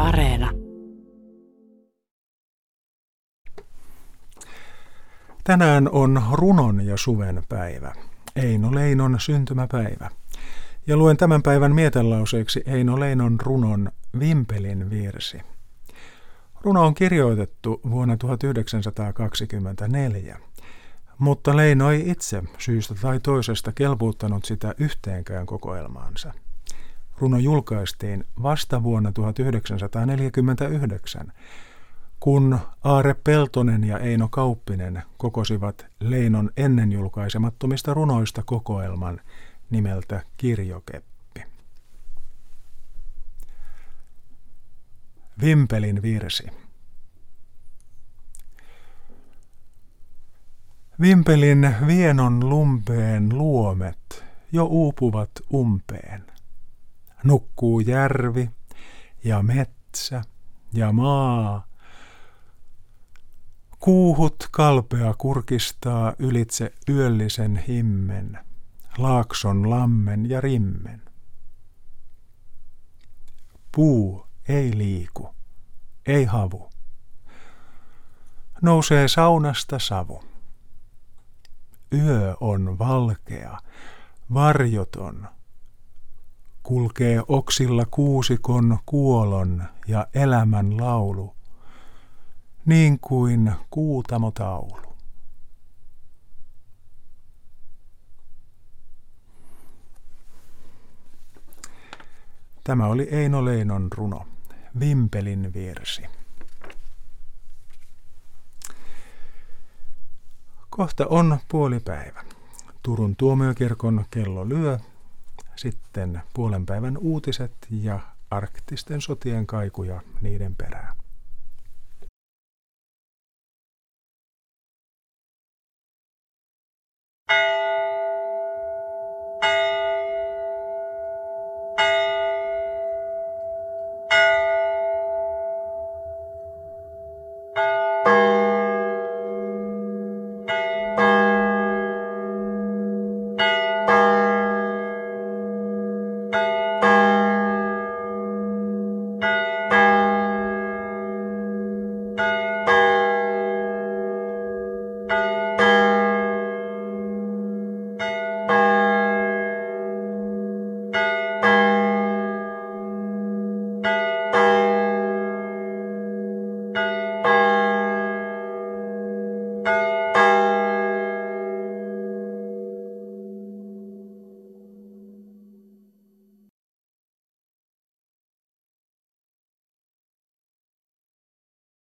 Areena. Tänään on runon ja suven päivä, Eino Leinon syntymäpäivä. Ja luen tämän päivän mietelauseeksi Eino Leinon runon Vimpelin virsi. Runo on kirjoitettu vuonna 1924, mutta Leino ei itse syystä tai toisesta kelpuuttanut sitä yhteenkään kokoelmaansa. Runo julkaistiin vasta vuonna 1949, kun Aare Peltonen ja Eino Kauppinen kokosivat Leinon ennen julkaisemattomista runoista kokoelman nimeltä Kirjokeppi. Vimpelin virsi. Vimpelin vienon lumpeen luomet jo uupuvat umpeen. Nukkuu järvi ja metsä ja maa. Kuuhut kalpea kurkistaa ylitse yöllisen himmen, laakson lammen ja rimmen. Puu ei liiku, ei havu. Nousee saunasta savu. Yö on valkea, varjoton. Kulkee oksilla kuusikon kuolon ja elämän laulu, niin kuin kuutamotaulu. Tämä oli Eino Leinon runo, Vimpelin virsi. Kohta on puolipäivä. Turun tuomiokirkon kello lyö, sitten puolenpäivän uutiset ja arktisten sotien kaikuja niiden perään.